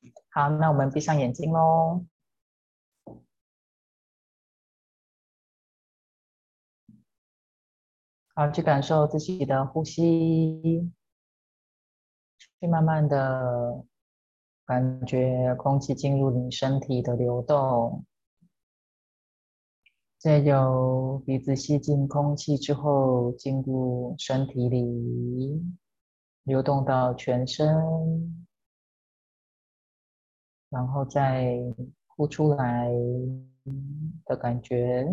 好，那我们闭上眼睛喽。好，去感受自己的呼吸，去慢慢的感觉空气进入你身体的流动。再由鼻子吸进空气之后，进入身体里，流动到全身，然后再呼出来的感觉。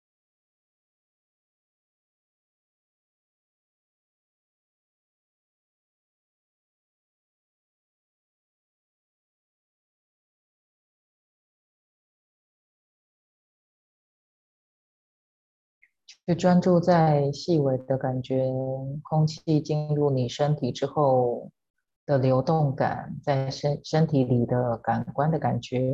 去专注在细微的感觉，空气进入你身体之后的流动感，在身体里的感官的感觉，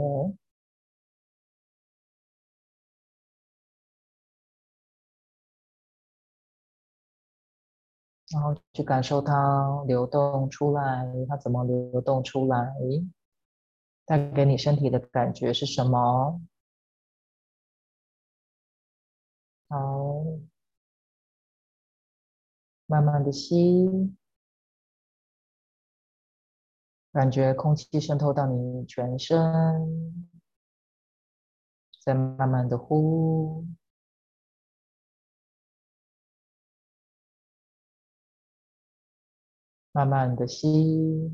然后去感受它流动出来，它怎么流动出来，带给你身体的感觉是什么？好，慢慢的吸，感觉空气渗透到你全身，再慢慢的呼，慢慢的吸，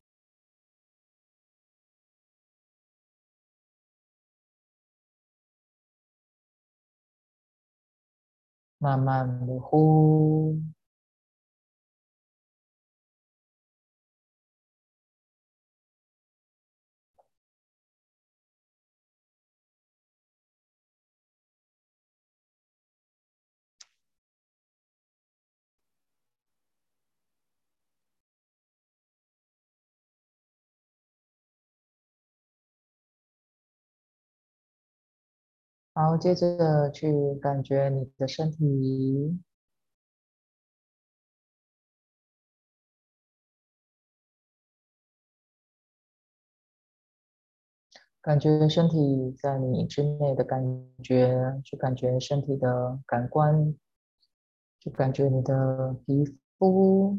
慢慢的呼。好，接着去感觉你的身体，感觉身体在你之内的感觉，去感觉身体的感官，去感觉你的皮肤，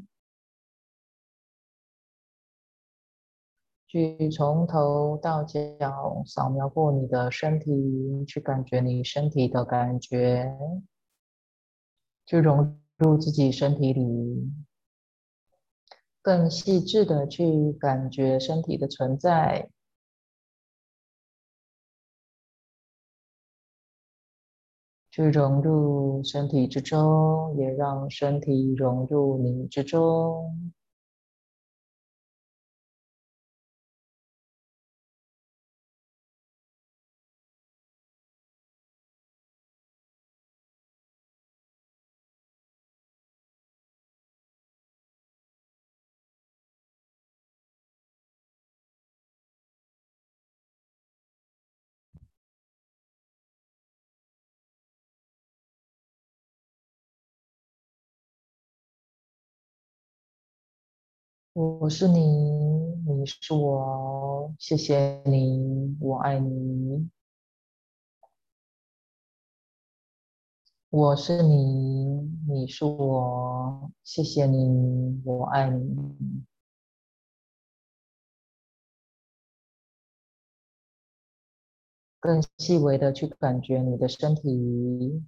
去从头到脚扫描过你的身体，去感觉你身体的感觉，去融入自己身体里，更细致的去感觉身体的存在。去融入身体之中，也让身体融入你之中。我是你，你是我，谢谢你，我爱你。我是你，你是我，谢谢你，我爱你。更细微的去感觉你的身体，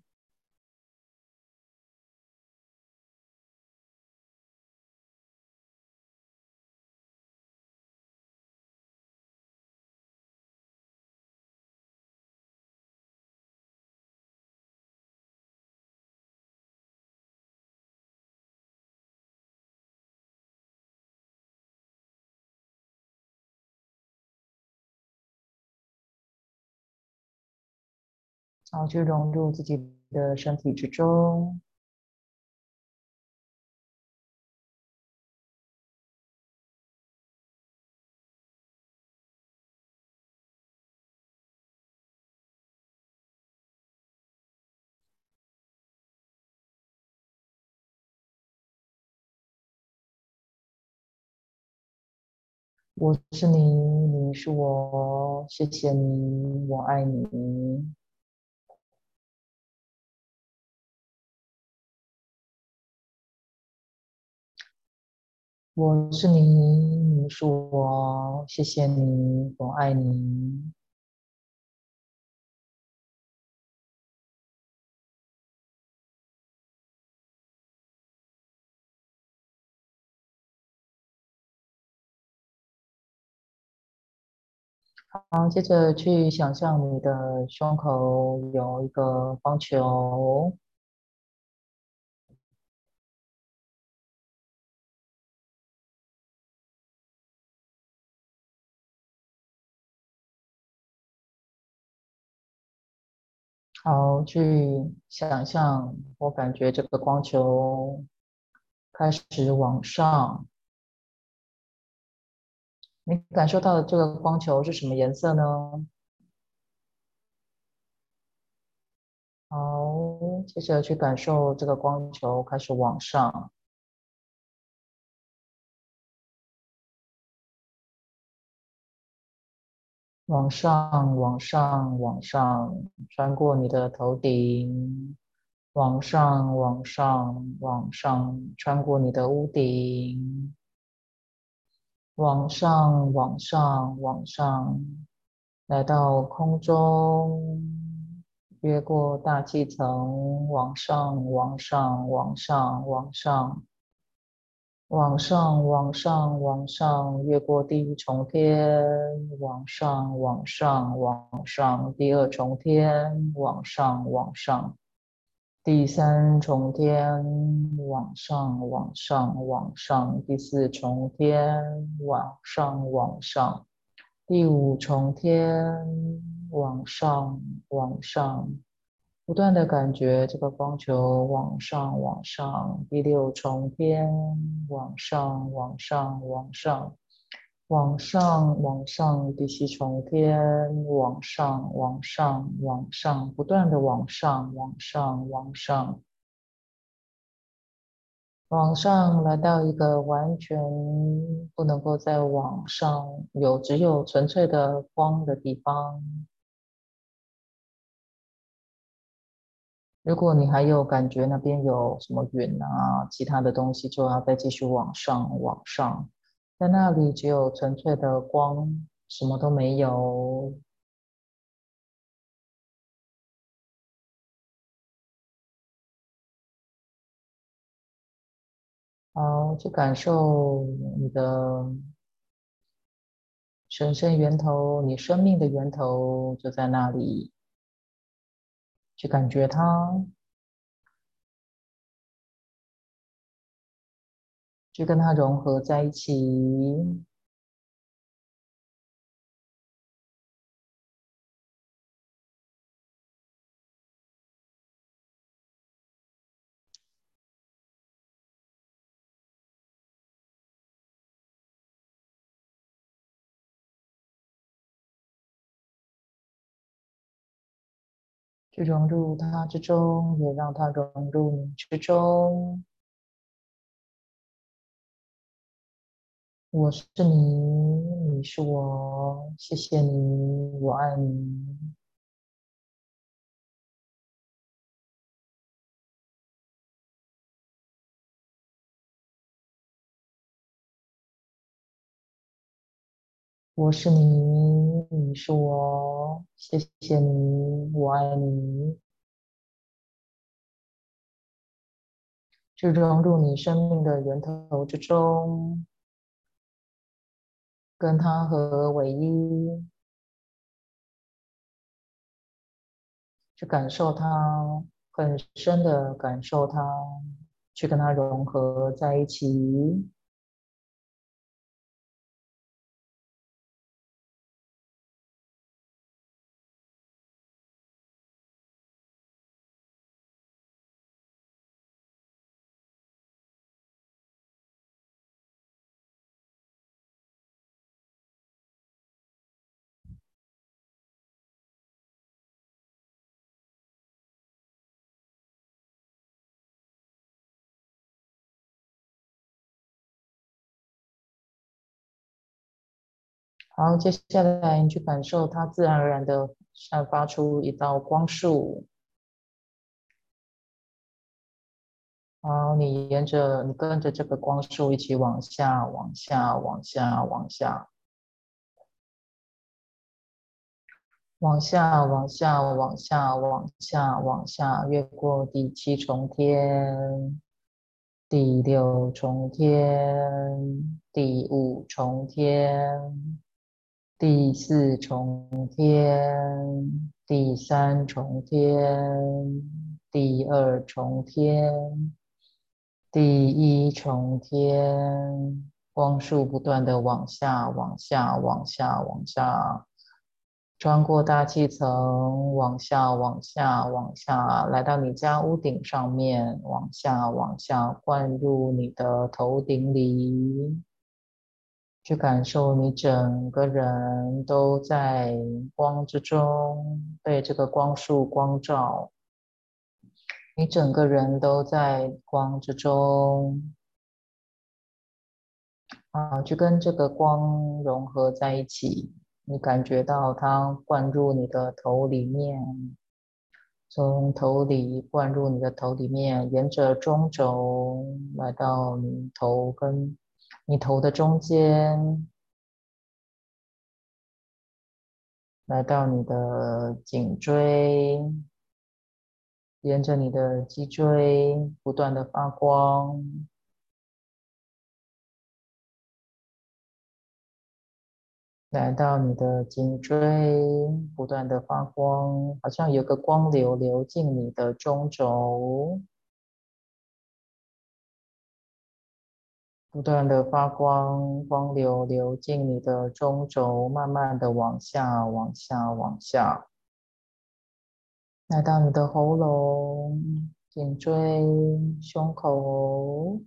然后去融入自己的身体之中。 我是你，你是我，谢谢你，我爱你。我是你，你是我，谢谢你，我爱你。好，接着去想象你的胸口有一个光球。好，去想象，我感觉这个光球开始往上。你感受到的这个光球是什么颜色呢？好，接着去感受这个光球开始往上，往上，往上，往上，穿过你的头顶，往上，往上，往上，穿过你的屋顶，往上，往上，往上，来到空中，越过大气层，往上，往上，往上，往上。往上，往上，往上，越过第一重天，往上，往上，往上，第二重天，往上，往上，第三重天，往上，往上，往上，第四重天，往上，往上，第五重天，往上，往上，不断的感觉这个光球往上，往上，第六重天，往上，往上，往上，往上，往上，第七重天，往上，往上，往上，不断的往上，往上，往上，往上，来到一个完全不能够再往上有只有纯粹的光的地方。如果你还有感觉那边有什么云啊，其他的东西，就要再继续往上，往上，在那里只有纯粹的光，什么都没有。好，去感受你的神圣源头，你生命的源头就在那里，去感觉它，去跟它融合在一起。去融入它之中，也让它融入你之中。我是你，你是我，谢谢你，我爱你。我是你，你是我，谢谢你，我爱你。去融入你生命的源头之中，跟它合而为一，去感受它，很深的感受它，去跟它融合在一起。 好，接下来你去感受它自然而然的散发出一道光束。好，你跟着这个光束一起往下，往下，往下，往下，往下，往下，往下，往下，往下，越过第七重天，第六重天，第五重天，第四重天，第三重天，第二重天，第一重天，光束不断的往下，往下，往下，往下，穿过大气层，往下，往下，往下，来到你家屋顶上面，往下，往下，灌入你的头顶里。去感受你整个人都在光之中，被这个光束光照，你整个人都在光之中，去跟这个光融合在一起，你感觉到它灌入你的头里面，从头里灌入你的头里面，沿着中轴来到你头跟你头的中间，来到你的颈椎，沿着你的脊椎不断的发光，来到你的颈椎不断的发光，好像有个光流流进你的中轴，不断的发光，光流流进你的中轴，慢慢的往下，往下，往下，来到你的喉咙、颈椎、胸口。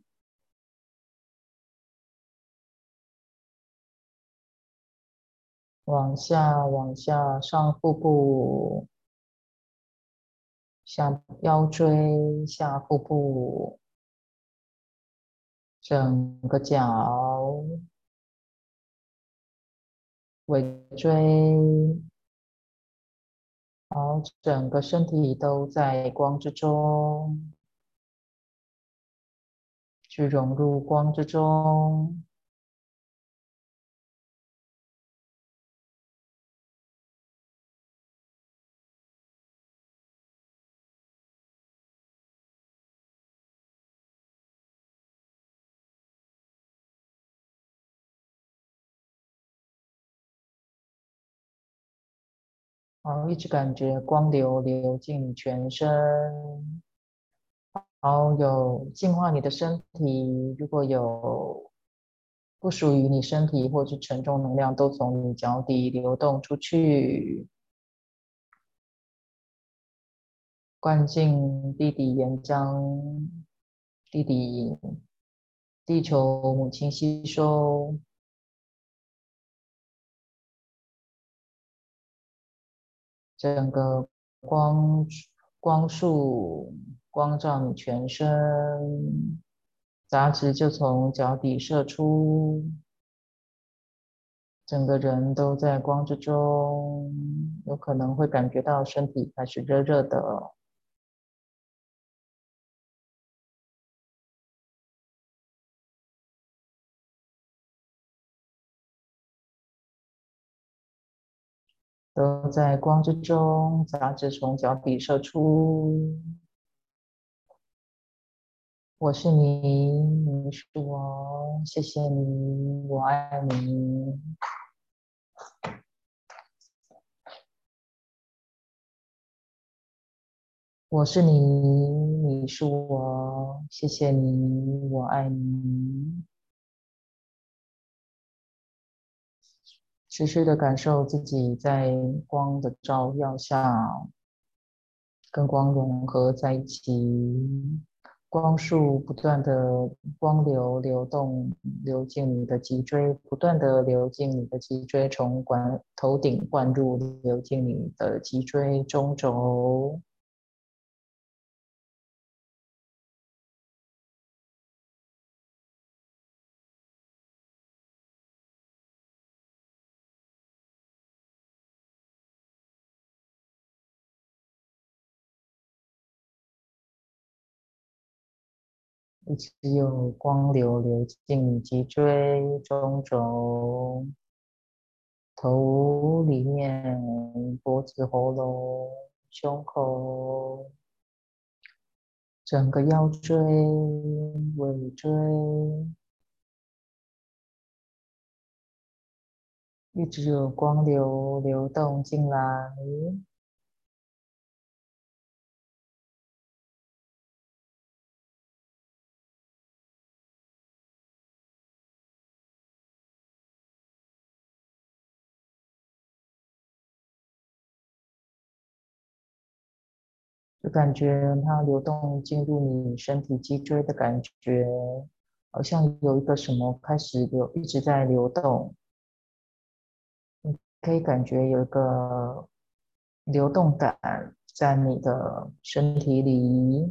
往下，往下，上腹部、下腰椎、下腹部，整个脚、尾椎，好，整个身体都在光之中，去融入光之中，好，一直感觉光流流进全身，好，有净化你的身体，如果有不属于你身体或是沉重能量，都从你脚底流动出去，灌进地底岩浆，地底地球母亲吸收整个光束，光照你全身，杂质就从脚底射出，整个人都在光之中，有可能会感觉到身体开始热热的，都在光之中，杂质从脚底射出。我是你，你是我，谢谢你，我爱你。我是你，你是我，谢谢你，我爱你。持续的感受自己在光的照耀下，跟光融合在一起，光束不断的光流流动，流进你的脊椎，不断的流进你的脊椎，从头顶灌入，流进你的脊椎中轴。 一直有光流流进你脊椎、中轴、头里面、脖子、喉咙、胸口、整个腰椎、尾椎，一直有光流流动进来。就感觉它流动进入你身体脊椎的感觉，好像有一个什么开始流，一直在流动。你可以感觉有一个流动感在你的身体里，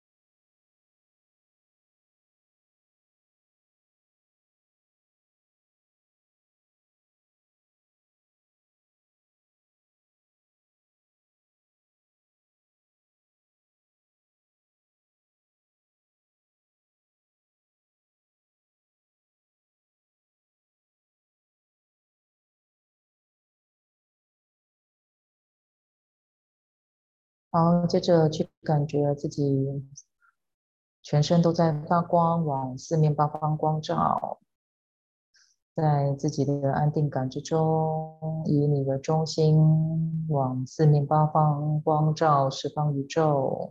然后接着去感觉自己全身都在发光，往四面八方光照，在自己的安定感之中，以你的中心往四面八方光照十方宇宙。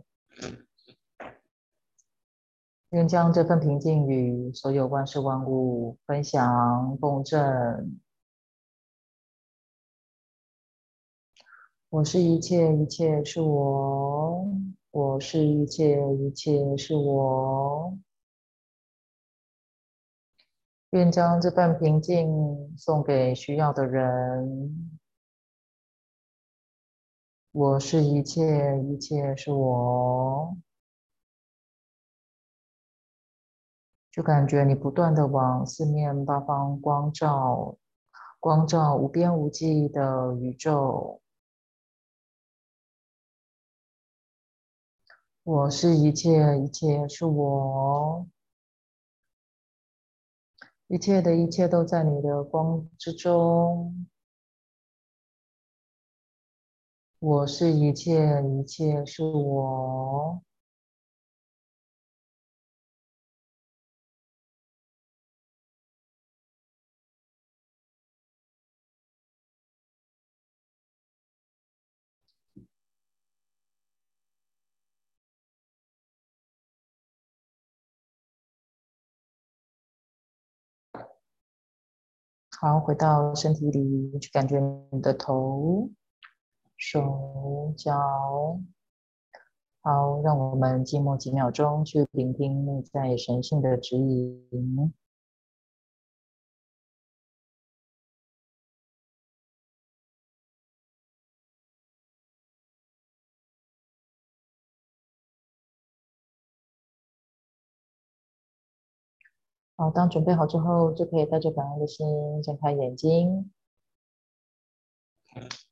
愿将这份平静与所有万事万物分享共振。我是一切，一切是我。我是一切，一切是我。愿将这份平静送给需要的人。我是一切，一切是我。就感觉你不断的往四面八方光照，光照无边无际的宇宙。我是一切，一切是我。一切的一切都在你的光之中。我是一切，一切是我。好，回到身体里，去感觉你的头、手、脚。好，让我们静默几秒钟，去聆听内在神性的指引。好，当准备好之后，就可以带着感恩的心睁开眼睛。